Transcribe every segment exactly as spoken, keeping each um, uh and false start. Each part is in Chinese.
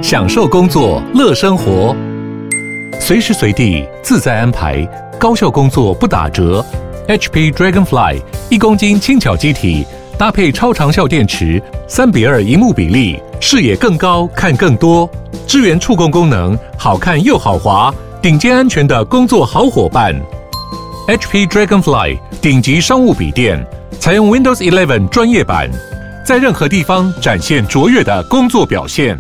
享受工作，乐生活，随时随地自在安排，高效工作不打折。H P Dragonfly 一公斤轻巧机体，搭配超长效电池，三比二萤幕比例，视野更高，看更多。支援触控功能，好看又好滑，顶尖安全的工作好伙伴。H P Dragonfly 顶级商务笔电，采用 Windows 十一专业版，在任何地方展现卓越的工作表现。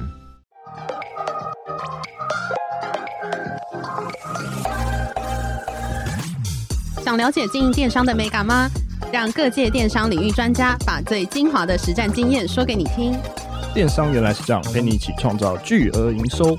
想了解经营电商的美感吗？让各界电商领域专家把最精华的实战经验说给你听。 电商原来是这样，陪你一起创造巨额营收。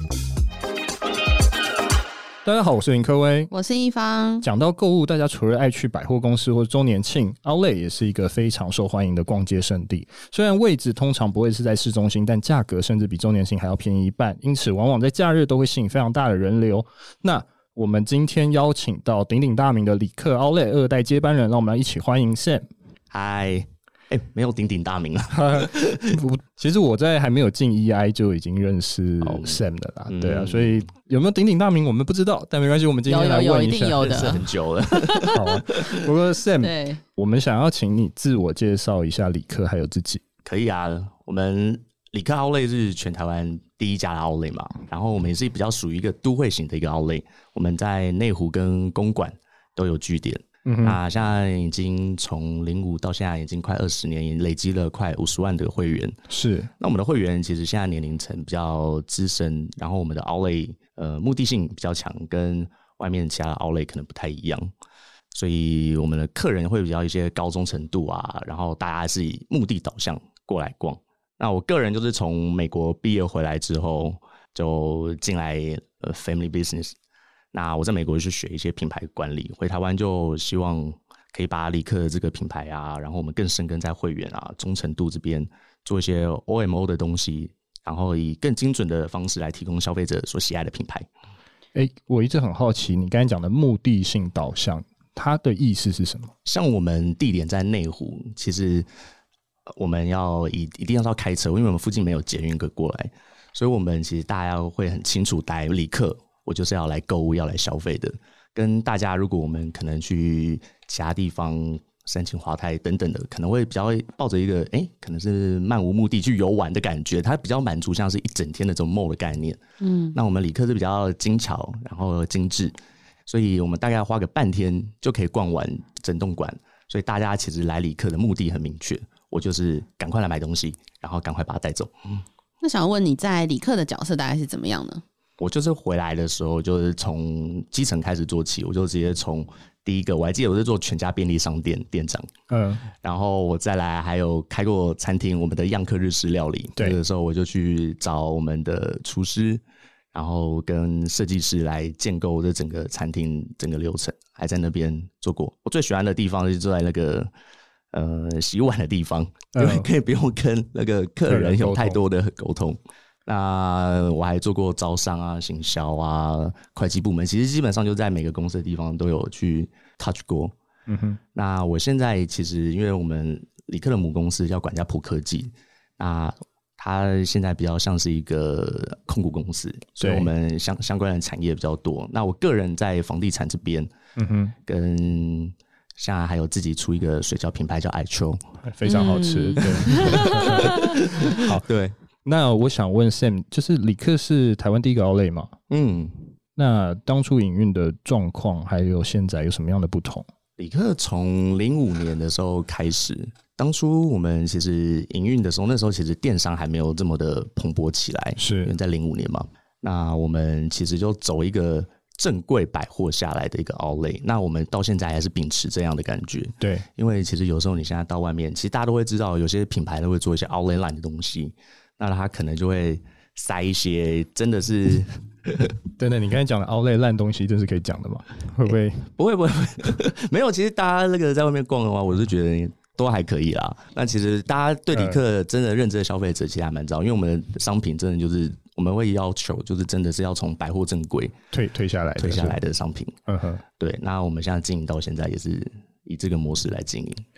大家好，我是林科威， 我是一方。讲到购物，大家除了爱去百货公司或周年庆 Outlet 也是一个非常受欢迎的逛街圣地。虽然位置通常不会是在市中心，但价格甚至比周年庆还要便宜一半，因此往往在假日都会吸引非常大的人流。那我们今天邀请到鼎鼎大名的理客 Outlet 二代接班人，让我们来一起欢迎 Sam。 嗨，欸、没有鼎鼎大名了其实我在还没有进 E I 就已经认识 Sam 的啦、oh, 对啊、嗯、所以有没有鼎鼎大名我们不知道，但没关系，我们今天来问一下。有有有，一定有的， 认识很久了好、啊、不过 Sam 我们想要请你自我介绍一下理客还有自己。 可以啊，我们理客 Outlet 是全台湾第一家的 Outlet 嘛，然后我们也是比较属于一个都会型的一个 Outlet， 我们在内湖跟公馆都有据点。嗯、那现在已经从零五到现在已经快二十年，也累积了快五十万的会员。 是， 那我们的会员其实现在年龄层比较资深，然后我们的 Outlet 呃目的性比较强，跟外面其他的 Outlet 可能不太一样，所以我们的客人会比较一些高中程度啊，然后大家是以目的导向过来逛。那我个人就是从美国毕业回来之后就进来呃 Family Business。那我在美国去学一些品牌管理，回台湾就希望可以把理客的这个品牌啊，然后我们更深耕在会员啊、忠诚度这边做一些 O M O 的东西，然后以更精准的方式来提供消费者所喜爱的品牌。 欸、我一直很好奇，你刚才讲的目的性导向，它的意思是什么？ 像我们地点在内湖，其实我们要一一定要到开车，因为我们附近没有捷运可以过来，所以我们其实大家会很清楚，来理客我就是要来购物要来消费的，跟大家如果我们可能去其他地方三清华泰等等的，可能会比较抱着一个哎、欸，可能是漫无目的去游玩的感觉，它比较满足像是一整天的这种 mall 的概念。嗯，那我们理客是比较精巧然后精致，所以我们大概花个半天就可以逛完整栋馆，所以大家其实来理客的目的很明确，我就是赶快来买东西，然后赶快把它带走。嗯， 那想问你在理客的角色大概是怎么样呢？ 我就是回来的时候就是从基层开始做起，我就直接从第一个，我还记得我是做全家便利商店店长，嗯，然后我再来还有开过餐厅，我们的样客日式料理，对，那个时候我就去找我们的厨师，然后跟设计师来建构这整个餐厅整个流程，还在那边做过。我最喜欢的地方就是坐在那个呃洗碗的地方，因为可以不用跟那个客人有太多的沟通。那我还做过招商啊、行销啊、会计部门，其实基本上就在每个公司的地方都有去 touch 过。嗯哼。那我现在其实因为我们理客的母公司叫管家普科技，那它现在比较像是一个控股公司，所以我们相相关的产业比较多。那我个人在房地产这边，嗯哼，跟现在还有自己出一个水饺品牌叫 iChou， 非常好吃。嗯、对，好，对。那我想问 Sam， 就是理客是台湾第一个 Outlet 吗？嗯，那当初营运的状况还有现在有什么样的不同？ 理客从零五年的时候开始，当初我们其实营运的时候，那时候其实电商还没有这么的蓬勃起来，是因为在零五年嘛。那我们其实就走一个正柜百货下来的一个 Outlet， 那我们到现在还是秉持这样的感觉。对，因为其实有时候你现在到外面，其实大家都会知道，有些品牌都会做一些 Outlet line 的东西。那他可能就会塞一些真的是等等，你刚才讲的 Outlet 烂东西，这是可以讲的吗？会不会？欸、 不会不会不会，没有。其实大家那个在外面逛的话，我是觉得都还可以啦。那其实大家对理客真的认知的消费者其实还蛮早，因为我们的商品真的就是我们会要求，就是真的是要从百货正柜退退下来退下来的商品。嗯哼，对。那我们现在经营到现在也是以这个模式来经营。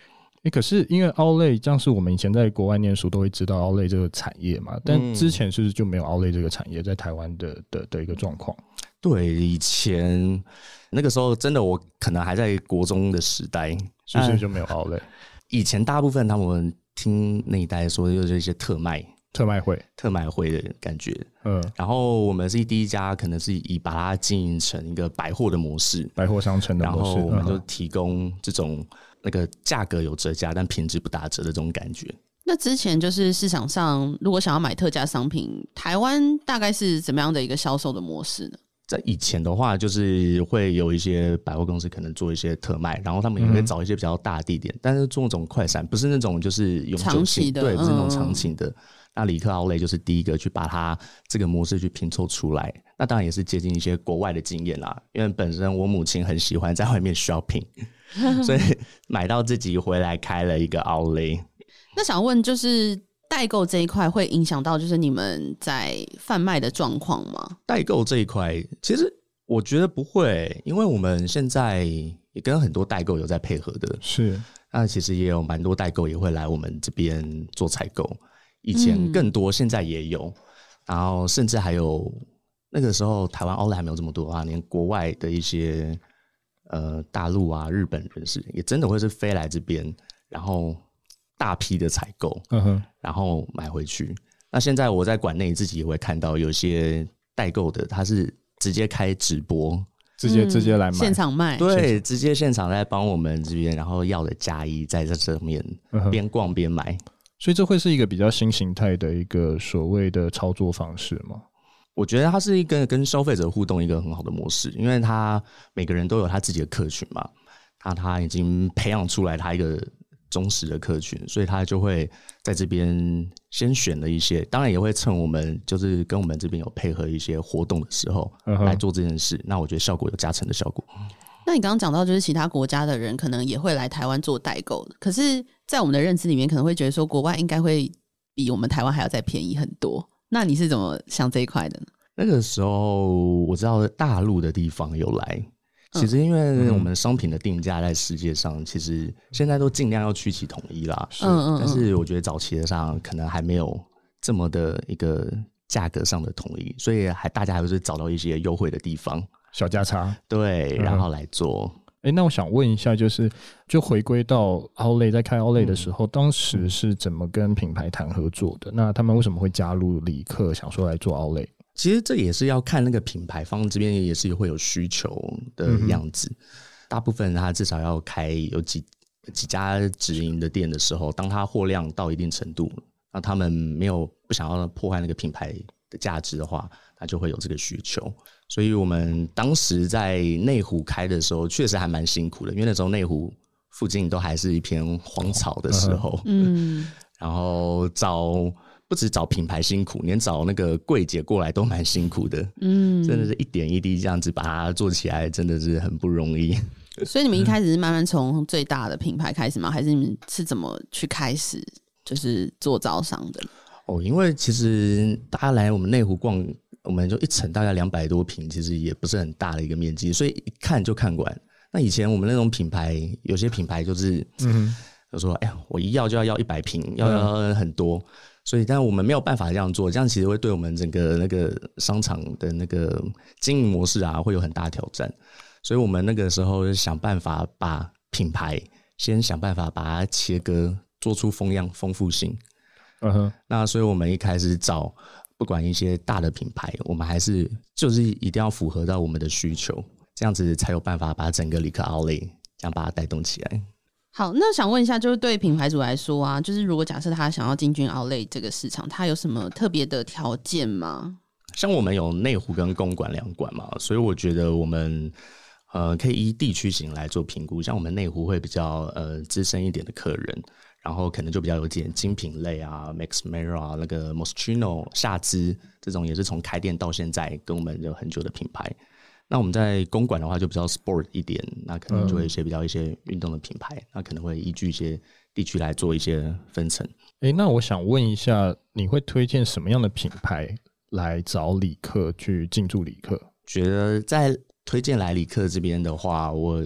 欸、可是因为 Outlet 像是我们以前在国外念书都会知道 Outlet 这个产业嘛，但之前是不是就没有 Outlet 这个产业在台湾的的的一个状况？ 对，以前那个时候真的我可能还在国中的时代， 是不是就没有 Outlet？ 以前大部分他们听那一代说就是一些特卖。 特卖会， 特卖会的感觉， 嗯， 然后我们是第一家，可能是以把它经营成一个百货的模式， 百货商城的模式， 然后我们就提供这种那个价格有折价，但品质不打折的这种感觉。 那之前就是市场上，如果想要买特价商品，台湾大概是怎么样的一个销售的模式呢？ 在以前的话，就是会有一些百货公司可能做一些特卖，然后他们也会找一些比较大的地点，嗯、但是做那种快闪，不是那种就是永久性的，对，不是那种长期的。嗯那李克Outlet就是第一个去把它这个模式去拼凑出来，那当然也是接近一些国外的经验啦。因为本身我母亲很喜欢在外面 shopping， 所以买到自己回来开了一个 Outlet。 那想问，就是代购这一块会影响到就是你们在贩卖的状况吗？ 代购这一块，其实我觉得不会，因为我们现在也跟很多代购有在配合的， 是。 那其实也有蛮多代购也会来我们这边做采购。以前更多，现在也有，然后甚至还有那个时候台湾 Outlet 还没有这么多啊，连国外的一些呃大陆啊、日本人士也真的会是飞来这边，然后大批的采购，嗯、然后买回去。那现在我在馆内自己也会看到有些代购的，他是直接开直播， 直接直接来买， 现场卖， 对，直接现场来帮我们这边，然后要的加一在这上面边逛边买。 所以这会是一个比较新形态的一个所谓的操作方式吗？ 我觉得它是一个跟消费者互动一个很好的模式，因为他每个人都有他自己的客群嘛，他他已经培养出来他一个忠实的客群，所以他就会在这边先选了一些，当然也会趁我们就是跟我们这边有配合一些活动的时候来做这件事，那我觉得效果有加成的效果。 那你刚刚讲到就是其他国家的人可能也会来台湾做代购，可是在我们的认知里面可能会觉得说国外应该会比我们台湾还要再便宜很多，那你是怎么想这一块的呢？ 那个时候我知道大陆的地方有来，其实因为我们商品的定价在世界上其实现在都尽量要趋其统一啦，嗯嗯嗯，但是我觉得早期的上可能还没有这么的一个价格上的统一，所以还大家还是找到一些优惠的地方， 小价差， 对，然后来做。 哎、嗯，那我想问一下，就是就回归到 Outlet 在开 Outlet 的时候、嗯，当时是怎么跟品牌谈合作的？那他们为什么会加入李克，想说来做 Outlet？ 其实这也是要看那个品牌方这边也是会有需求的样子。嗯、大部分他至少要开有几几家直营的店的时候，当他货量到一定程度，那他们没有不想要破坏那个品牌的价值的话，他就会有这个需求。所以我们当时在内湖开的时候，确实还蛮辛苦的，因为那时候内湖附近都还是一片荒草的时候，嗯，然后找不止找品牌辛苦，连找那个柜姐过来都蛮辛苦的，嗯，真的是一点一滴这样子把它做起来，真的是很不容易。 所以你们一开始是慢慢从最大的品牌开始吗？还是你们是怎么去开始就是做招商的？ 哦，因为其实大家来我们内湖逛，我们就一层大概两百多坪，其实也不是很大的一个面积，所以一看就看完。那以前我们那种品牌，有些品牌就是，嗯，就说，哎呀，我一要就要要一百坪，要要很多，所以但我们没有办法这样做，这样其实会对我们整个那个商场的那个经营模式啊，会有很大的挑战。所以我们那个时候就想办法把品牌先想办法把它切割，做出风样丰富性。嗯哼，那所以我们一开始找不管一些大的品牌，我们还是就是一定要符合到我们的需求，这样子才有办法把整个李克 Outlet 这样把它带动起来。 好，那想问一下，就是对品牌主来说啊，就是如果假设他想要进军 Outlet 这个市场，他有什么特别的条件吗？ 像我们有内湖跟公馆两馆嘛，所以我觉得我们呃可以依地区型来做评估。像我们内湖会比较呃资深一点的客人，然后可能就比较有点精品类啊 ，Max Mara 啊，那个 Moschino 夏姿这种也是从开店到现在跟我们有很久的品牌。那我们在公馆的话就比较 sport 一点，那可能就会一些比较一些运动的品牌，那可能会依据一些地区来做一些分层。 欸，那我想问一下，你会推荐什么样的品牌来找李克去进驻李克？ 觉得在推荐来李克这边的话，我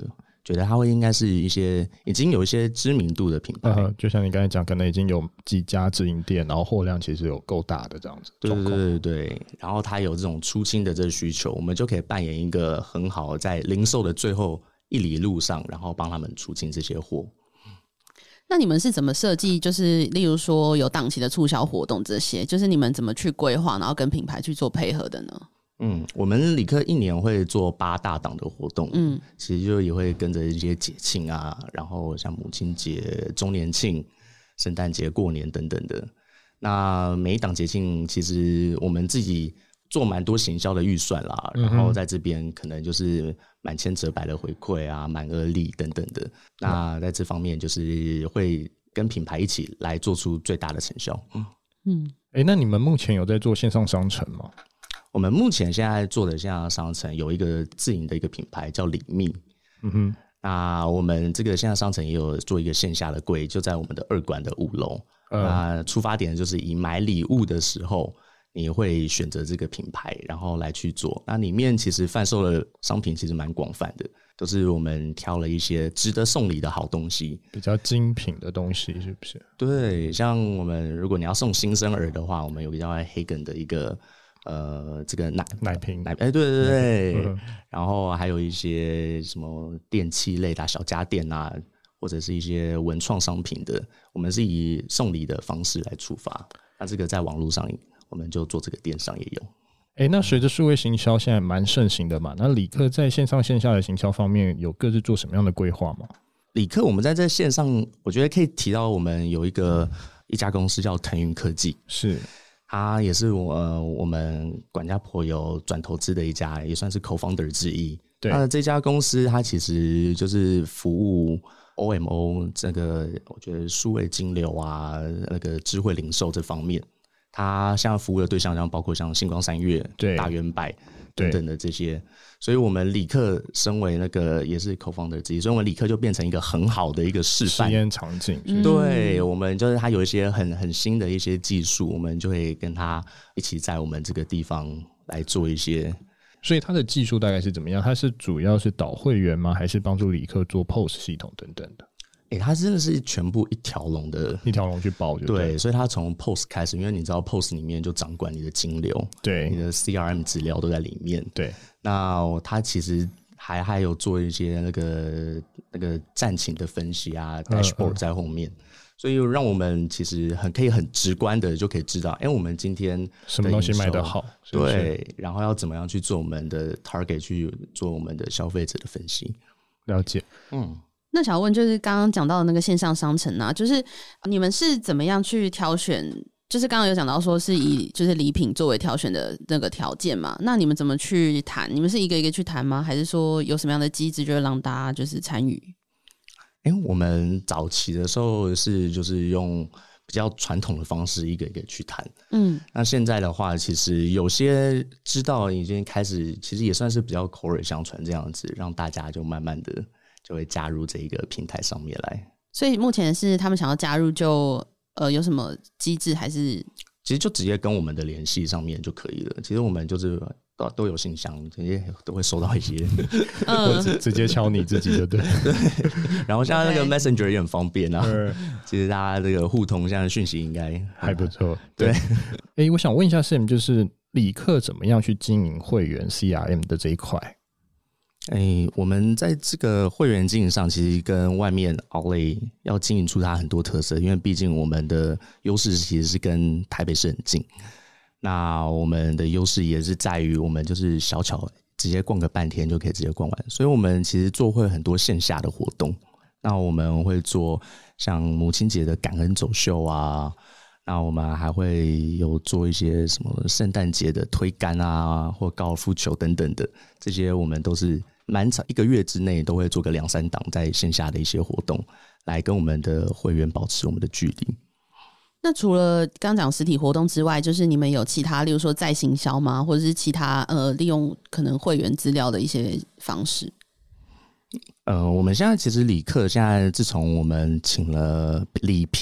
觉得它会应该是一些已经有一些知名度的品牌， 呃、就像你刚才讲，可能已经有几家直营店，然后货量其实有够大的这样子。 对对对对，然后它有这种出清的这个需求，我们就可以扮演一个很好在零售的最后一里路上，然后帮他们出清这些货。 那你们是怎么设计？就是例如说有档期的促销活动这些，就是你们怎么去规划，然后跟品牌去做配合的呢？ 嗯，我们理科一年会做八大档的活动，嗯，其实就也会跟着一些节庆啊，然后像母亲节、周年庆、圣诞节、过年等等的。那每一档节庆，其实我们自己做蛮多行销的预算啦，然后在这边可能就是满千折百的回馈啊，满额礼等等的。那在这方面就是会跟品牌一起来做出最大的成效。嗯嗯，哎，那你们目前有在做线上商城吗？ 我们目前现在做的线上商城有一个自营的一个品牌叫李密。嗯哼，那我们这个线上商城也有做一个线下的柜，就在我们的二馆的五楼。嗯、那出发点就是以买礼物的时候，你会选择这个品牌，然后来去做。那里面其实贩售的商品其实蛮广泛的，都是我们挑了一些值得送礼的好东西， 比较精品的东西，是不是？ 对，像我们如果你要送新生儿的话，我们有比较黑梗的一个呃这个奶奶瓶， 奶哎对对对，嗯、然后还有一些什么电器类的小家电啊，或者是一些文创商品的，我们是以送礼的方式来出发。那这个在网络上我们就做这个电商也有。 欸、那随着数位行销现在蛮盛行的嘛，那理科在线上线下的行销方面有各自做什么样的规划吗？ 理科我们在这线上，我觉得可以提到我们有一个一家公司叫腾云科技， 是它也是我、呃、我们管家婆有转投资的一家，也算是 co-founder 之一。对，那这家公司它其实就是服务 O M O 这个，我觉得数位金流啊，那个智慧零售这方面。它现在服务的对象像包括像星光三月、大圆柏等等的这些，所以我们理科身为那个也是 co-founder 之一，所以我们理科就变成一个很好的一个示范实验场景。 对，我们就是它有一些很很新的一些技术，我们就会跟它一起在我们这个地方来做一些。 所以它的技术大概是怎么样？它是主要是导会员吗？还是帮助理科做 P O S 系统等等的？ 欸、它真的是全部一条龙的， 一条龙去包就 对, 对，所以它从 P O S 开始，因为你知道 P O S 里面就掌管你的金流， 对， 你的 C R M 资料都在里面， 对。 那它其实还还有做一些那个那个战情的分析啊 ，dashboard 在后面，嗯嗯所以让我们其实很可以很直观的就可以知道，哎、欸，我们今天什么东西卖得好，是不是？ 对，然后要怎么样去做我们的 target， 去做我们的消费者的分析。 了解， 嗯。那想问就是刚刚讲到的那个线上商城啊，就是你们是怎么样去挑选？就是刚刚有讲到说是以就是礼品作为挑选的那个条件嘛？那你们怎么去谈？你们是一个一个去谈吗？还是说有什么样的机制就会让大家就是参与？ 哎、欸，我们早期的时候是就是用比较传统的方式一个一个去谈，嗯，那现在的话，其实有些知道已经开始，其实也算是比较口耳相传这样子，让大家就慢慢的。就会加入这一个平台上面来， 所以目前是他们想要加入就呃有什么机制还是？ 其实就直接跟我们的联系上面就可以了。其实我们就是都都有信箱，直接都会收到一些， 嗯、直, 直接敲你自己就对。 对，然后现在那个 Messenger 也很方便啊。其实大家这个互通，现在讯息应该还不错。 对， 哎、欸，我想问一下 Sam， 就是理科怎么样去经营会员 C R M 的这一块？ 哎、欸，我们在这个会员经营上，其实跟外面 Outlet 要经营出它很多特色，因为毕竟我们的优势其实是跟台北市很近。那我们的优势也是在于，我们就是小巧，直接逛个半天就可以直接逛完。所以我们其实做会很多线下的活动。那我们会做像母亲节的感恩走秀啊，那我们还会有做一些什么圣诞节的推杆啊，或高尔夫球等等的，这些我们都是蛮长，一个月之内都会做个两三档在线下的一些活动，来跟我们的会员保持我们的距离。 那除了刚讲实体活动之外，就是你们有其他，例如说再行销吗？或者是其他呃利用可能会员资料的一些方式？ 呃，我们现在其实理科现在自从我们请了礼聘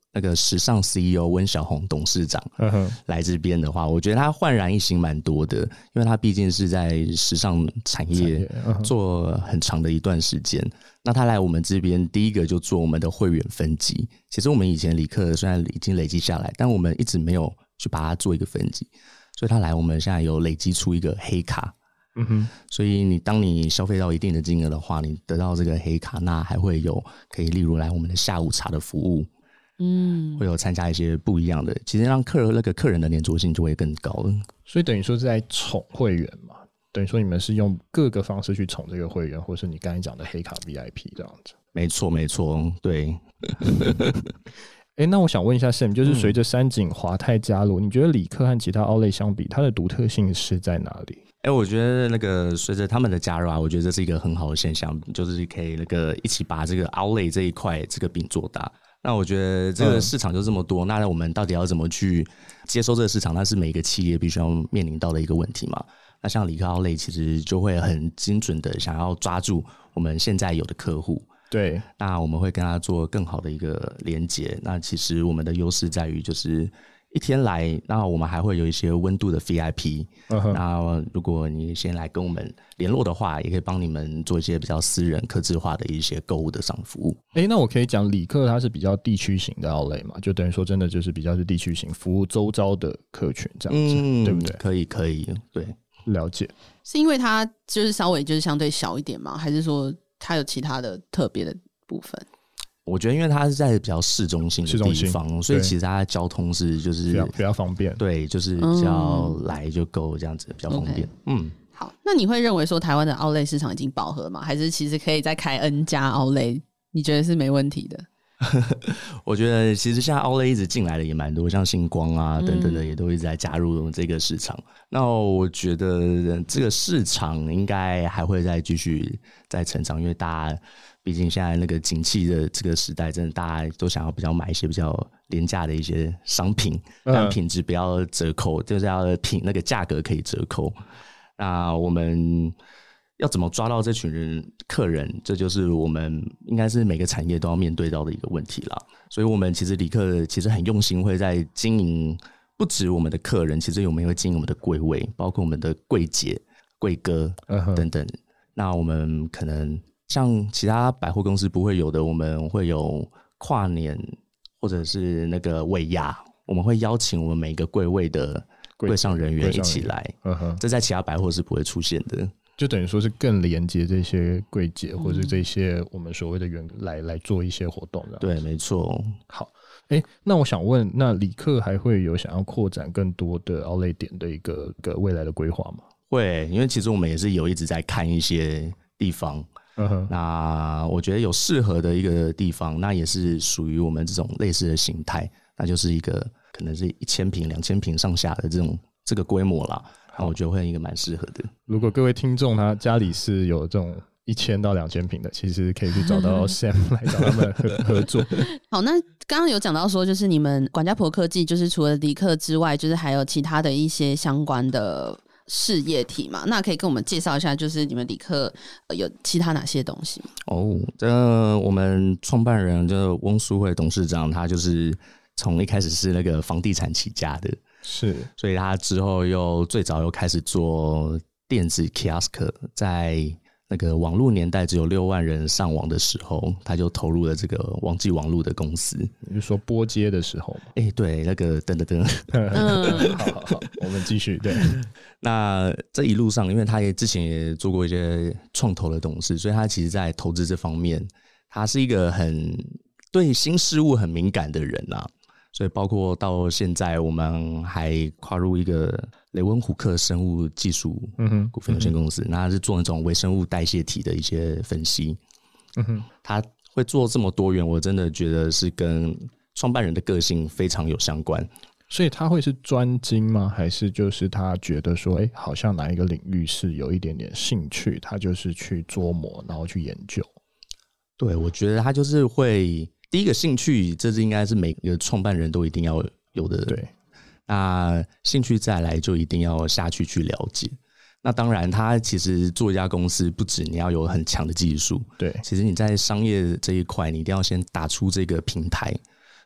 那个时尚 C E O 温小红董事长来这边的话，我觉得他焕然一新蛮多的，因为他毕竟是在时尚产业做很长的一段时间。那他来我们这边，第一个就做我们的会员分级。其实我们以前理科虽然已经累积下来，但我们一直没有去把它做一个分级，所以他来我们现在有累积出一个黑卡。嗯哼，所以你当你消费到一定的金额的话，你得到这个黑卡，那还会有可以例如来我们的下午茶的服务。嗯，会有参加一些不一样的，其实让客人那个客人的黏着性就会更高了。 所以等于说是在宠会员嘛，等于说你们是用各个方式去宠这个会员，或是你刚才讲的黑卡 V I P 这样子。 没错，没错，对。 欸，那我想问一下 Sam， 就是随着三井、华泰加入，你觉得理科和其他 Outlet 相比，它的独特性是在哪里？ 哎、欸，我觉得那个随着他们的加入啊，我觉得这是一个很好的现象，就是可以那个一起把这个 Outlet 这一块这个饼做大。那我觉得这个市场就这么多，嗯、那我们到底要怎么去接收这个市场？那是每一个企业必须要面临到的一个问题嘛。那像理科 Outlet 其实就会很精准的想要抓住我们现在有的客户。 对， 那我们会跟他做更好的一个连结。那其实我们的优势在于就是一天来，那我们还会有一些温度的 V I P、uh-huh. 那如果你先来跟我们联络的话，也可以帮你们做一些比较私人客制化的一些购物的上服务。 欸，那我可以讲理科它是比较地区型的 outlet 嘛，就等于说真的就是比较是地区型，服务周遭的客群这样子、嗯、对不对？ 可以可以，对， 了解。 是因为它就是稍微就是相对小一点吗？还是说它有其他的特别的部分？ 我觉得因为它是在比较市中心的地方，所以其实它的交通是就是比较比较方便， 对，就是比较来就够这样子，比较方便。Okay. 嗯， 好，那你会认为说台湾的 outlet 市场已经饱和吗？还是其实可以再开 N 家 outlet？ 你觉得是没问题的？ 我觉得其实现在 outlet 一直进来的也蛮多，像星光啊等等的也都一直在加入这个市场、嗯、那我觉得这个市场应该还会再继续再成长，因为大家毕竟现在那个景气的这个时代，真的大家都想要比较买一些比较廉价的一些商品，但品质不要折扣、嗯、就是要品那个价格可以折扣。那我们要怎么抓到这群人客人，这就是我们应该是每个产业都要面对到的一个问题啦。所以我们其实理科其实很用心会在经营，不止我们的客人，其实我们也会经营我们的柜位，包括我们的柜姐、柜哥等等、uh-huh. 那我们可能像其他百货公司不会有的，我们会有跨年或者是那个尾牙，我们会邀请我们每个柜位的柜上人员一起来、uh-huh. 这在其他百货是不会出现的， 就等于说是更连接这些柜姐或者这些我们所谓的员来来做一些活动。 对，没错。 好，欸，那我想问，那理科还会有想要扩展更多的 outlet 点的一个个未来的规划吗？ 会，因为其实我们也是有一直在看一些地方。Uh-huh. 那我觉得有适合的一个地方，那也是属于我们这种类似的形态，那就是一个可能是一千坪、两千坪上下的这种这个规模啦。那我觉得会一个蛮适合的。 如果各位听众他家里是有这种一千到两千坪的，其实可以去找到 Sam 来找他们 合, 合作。 好，那刚刚有讲到说，就是你们管家婆科技，就是除了理科之外，就是还有其他的一些相关的事业体嘛？那可以跟我们介绍一下，就是你们理科有其他哪些东西吗？ 哦，这我们创办人就是翁淑慧董事长，他就是从一开始是那个房地产起家的。 是， 所以他之后又最早又开始做电子 kiosk， 在那个网络年代只有六万人上网的时候，他就投入了这个网际网络的公司。 你是说拨接的时候吗？ 哎、欸，对，那个噔噔噔， 嗯，好好好，我们继续。对， 那这一路上，因为他也之前也做过一些创投的董事，所以他其实在投资这方面，他是一个很对新事物很敏感的人啊。所以包括到现在我们还跨入一个雷文虎克生物技术股份有限公司、嗯、那他是做那种微生物代谢体的一些分析、嗯、哼他会做这么多元，我真的觉得是跟创办人的个性非常有相关。 所以他会是专精吗？还是就是他觉得说哎、欸，好像哪一个领域是有一点点兴趣，他就是去琢磨然后去研究？ 对，我觉得他就是会第一个兴趣，这是应该是每个创办人都一定要有的。 对， 那兴趣再来就一定要下去去了解。那当然，他其实做一家公司，不止你要有很强的技术， 对， 其实你在商业这一块，你一定要先打出这个平台。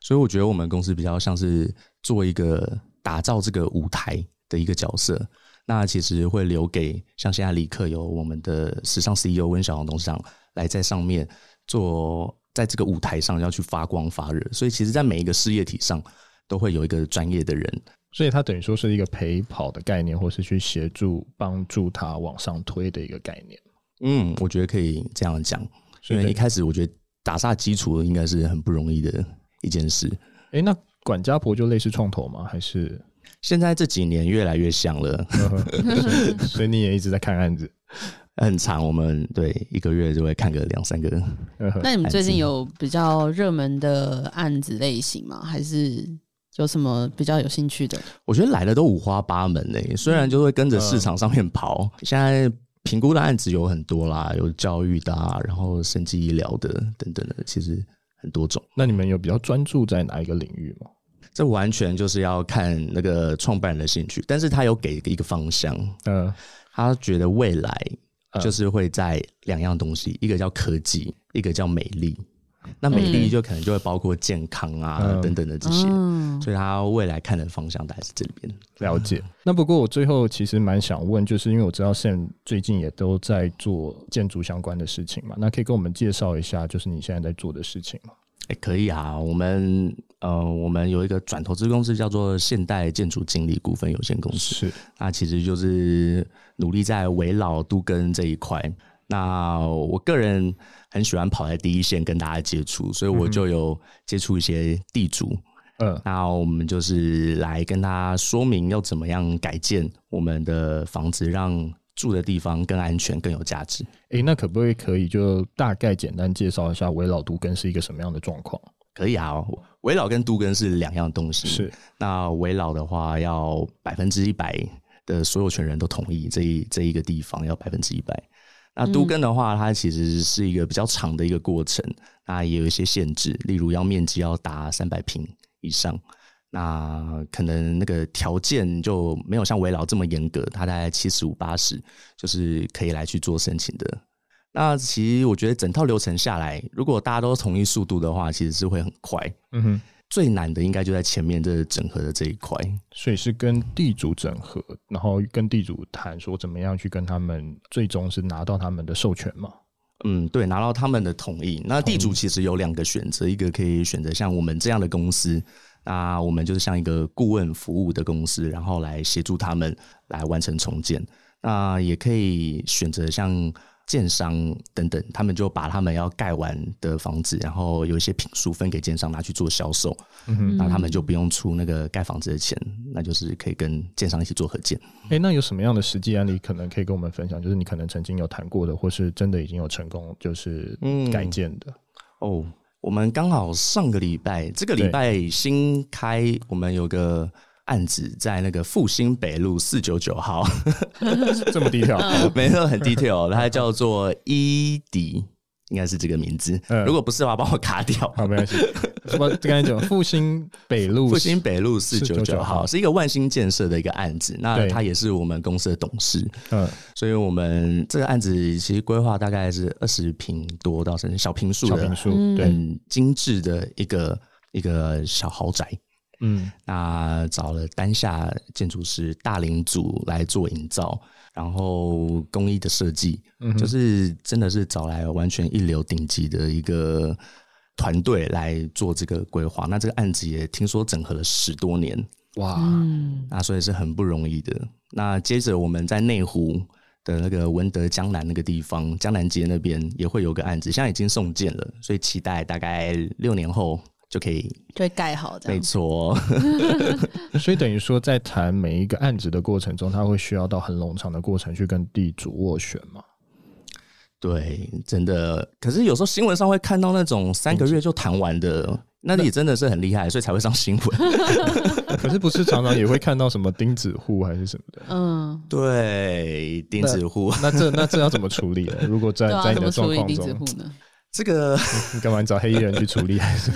所以我觉得我们公司比较像是做一个打造这个舞台的一个角色。那其实会留给像现在立刻有我们的时尚 C E O 温小红董事长来在上面做，在这个舞台上要去发光发热，所以其实在每一个事业体上都会有一个专业的人， 所以它等于说是一个陪跑的概念，或是去协助帮助他往上推的一个概念。 嗯，我觉得可以这样讲，因为一开始我觉得打下基础应该是很不容易的一件事。 欸，那管家婆就类似创投吗？还是现在这几年越来越像了所, 所以你也一直在看案子很长，我们对一个月就会看个两三个。 那你们最近有比较热门的案子类型吗？还是有什么比较有兴趣的？ 我觉得来的都五花八门嘞、欸，虽然就会跟着市场上面跑，嗯、现在评估的案子有很多啦，有教育的、啊，然后生技医疗的等等的，其实很多种。 那你们有比较专注在哪一个领域吗？ 这完全就是要看那个创办人的兴趣，但是他有给一个方向，嗯，他觉得未来就是会在两样东西，一个叫科技，一个叫美丽。那美丽就可能就会包括健康啊、嗯、等等的这些、嗯，所以他未来看的方向大概是这里边。 了解。那不过我最后其实蛮想问，就是因为我知道 Sam 最近也都在做建筑相关的事情嘛，那可以跟我们介绍一下，就是你现在在做的事情吗？ 欸、可以啊，我们呃，我们有一个转投资公司叫做现代建筑经理股份有限公司， 是， 那其实就是努力在围绕都更这一块。那我个人很喜欢跑在第一线跟大家接触，所以我就有接触一些地主，嗯，那我们就是来跟他说明要怎么样改建我们的房子，让住的地方更安全更有价值。 欸，那可不可以可以就大概简单介绍一下危老都更是一个什么样的状况？ 可以啊，危老跟都更是两样东西。 是， 那危老的话要百分之一百的所有权人都同意这一这一个地方要百分之一百。那都更的话，它其实是一个比较长的一个过程，那也有一些限制，例如要面积要达三百平以上。那可能那个条件就没有像危老这么严格，它大概七十五八十就是可以来去做申请的。那其实我觉得整套流程下来，如果大家都同一速度的话，其实是会很快。嗯哼，最难的应该就在前面这整合的这一块。 所以是跟地主整合，然后跟地主谈说怎么样去跟他们最终是拿到他们的授权嘛？ 嗯，对，拿到他们的同意。那地主其实有两个选择，一个可以选择像我们这样的公司，那我们就是像一个顾问服务的公司，然后来协助他们来完成重建。那也可以选择像建商等等，他们就把他们要盖完的房子，然后有一些坪数分给建商拿去做销售，嗯，那他们就不用出那个盖房子的钱，那就是可以跟建商一起做合建。 欸，那有什么样的实际案例可能可以跟我们分享？就是你可能曾经有谈过的，或是真的已经有成功就是改建的。嗯， 哦，我们刚好上个礼拜，这个礼拜新开，我们有个案子在那个复兴北路四九九号， 这么低调， 没有很低调，它叫做伊迪，应该是这个名字。嗯，如果不是的话，帮我卡掉。 好，没关系。什么？刚才讲复兴北路， 复兴北路四九九号是一个万兴建设的一个案子，那他也是我们公司的董事。嗯，所以我们这个案子其实规划大概是二十坪多到甚至小坪数的， 小坪数， 很精致的一个一个小豪宅。嗯，那找了丹下建筑师大林组来做营造，然后工艺的设计，嗯，就是真的是找来完全一流顶级的一个团队来做这个规划。那这个案子也听说整合了十多年，哇，嗯，那所以是很不容易的。那接着我们在内湖的那个文德江南那个地方，江南街那边也会有个案子，现在已经送件了，所以期待大概六年后就可以就会盖好这样。 没错。 所以等于说在谈每一个案子的过程中，它会需要到很冗长的过程去跟地主斡旋吗？ 对，真的。可是有时候新闻上会看到那种三个月就谈完的，那也真的是很厉害，所以才会上新闻。 可是不是常常也会看到什么钉子户还是什么的？ 嗯，对，钉子户。 那, 那这那这要怎么处理呢？如果在、啊、在你的状况中， 这个你干嘛找黑衣人去处理？还是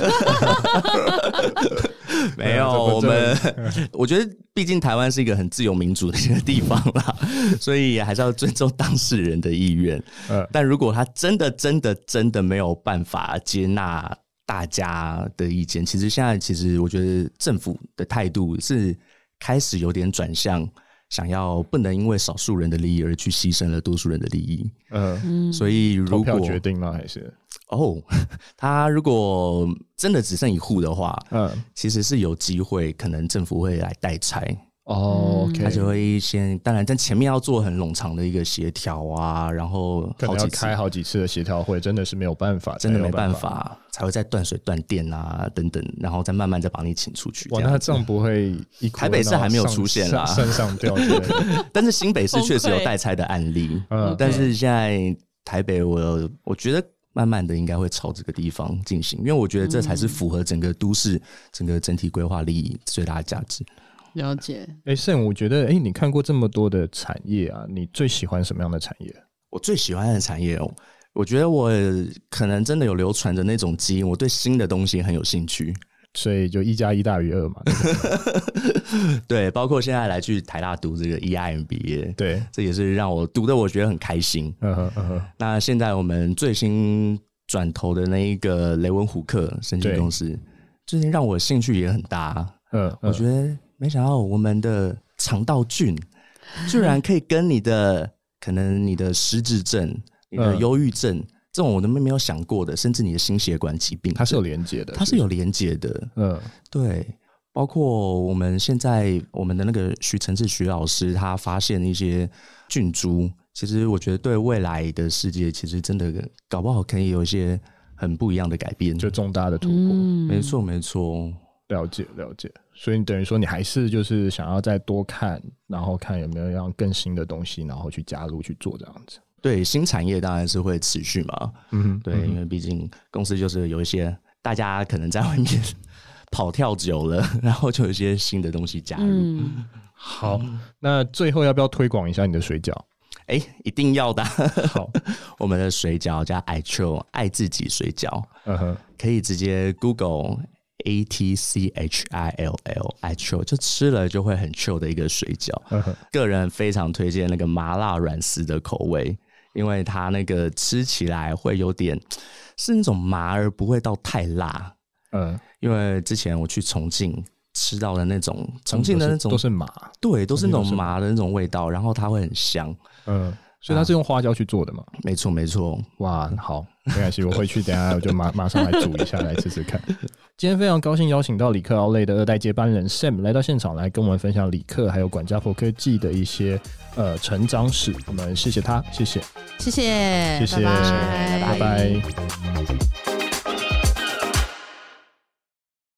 没有？我们我觉得，毕竟台湾是一个很自由民主的一个地方啦，所以还是要尊重当事人的意愿。嗯，但如果他真的、真的、真的没有办法接纳大家的意见。其实现在其实我觉得政府的态度是开始有点转向，想要不能因为少数人的利益而去牺牲了多数人的利益。嗯，所以如果投票决定吗？还是哦，他如果真的只剩一户的话，嗯，其实是有机会，可能政府会来代拆。 哦、okay ， 他就会先，当然在前面要做很冗长的一个协调啊，然后可能要开好几次的协调会，真的是没有办法， 真的没办法，才会再断水断电啊等等，然后再慢慢再把你请出去。 哇，那这样不会一台北市还没有出现啦， 山上掉但是新北市确实有代拆的案例，嗯，但是现在台北我我觉得慢慢的应该会朝这个地方进行，因为我觉得这才是符合整个都市整个整体规划利益最大的价值。 了解。 哎、欸，盛，我觉得，哎、欸，你看过这么多的产业啊，你最喜欢什么样的产业？ 我最喜欢的产业哦，我觉得我可能真的有流传的那种基因，我对新的东西很有兴趣， 所以就一加一大于二嘛。 对，包括现在来去台大读这个 E I M B A， 对， 这也是让我读的我觉得很开心。嗯哼嗯哼。那现在我们最新转投的那一个雷文虎克生技公司，最近让我兴趣也很大。嗯，我觉得。没想到我们的肠道菌居然可以跟你的可能你的失智症、你的忧郁症、嗯、这种我都没有想过的，甚至你的心血管疾病， 它是有连结的， 它是有连结的。嗯，对，包括我们现在我们的那个徐承志徐老师，他发现一些菌株，其实我觉得对未来的世界，其实真的搞不好可以有一些很不一样的改变， 就重大的突破。 嗯、没错，没错。 了解了解，所以你等于说你还是就是想要再多看，然后看有没有让更新的东西，然后去加入去做这样子。 对，新产业当然是会持续嘛。嗯，对，嗯、因为毕竟公司就是有一些大家可能在外面跑跳久了，然后就有一些新的东西加入。嗯、 好，那最后要不要推广一下你的水饺？ 哎、欸，一定要的。好，我们的水饺叫 I Chill 爱自己水饺，嗯哼，可以直接 Google。A T C H I L L I chill 就吃了就会很 chill 的一个水饺，个人非常推荐那个麻辣软丝的口味，因为它那个吃起来会有点是那种麻而不会到太辣。嗯，因为之前我去重庆吃到的那种重庆的那种都是麻， 对，都是那种麻的那种味道，然后它会很香。 嗯，所以它是用花椒去做的嘛？ 没错，没错。 哇，好，没关系，我回去等一下我就马马上来煮一下来吃吃看。今天非常高兴邀请到理克奥莱的二代接班人 Sam 来到现场，来跟我们分享理克还有管家佛科技的一些呃成长史。我们谢谢他，谢谢， 谢谢， 谢谢， 拜拜。 拜拜。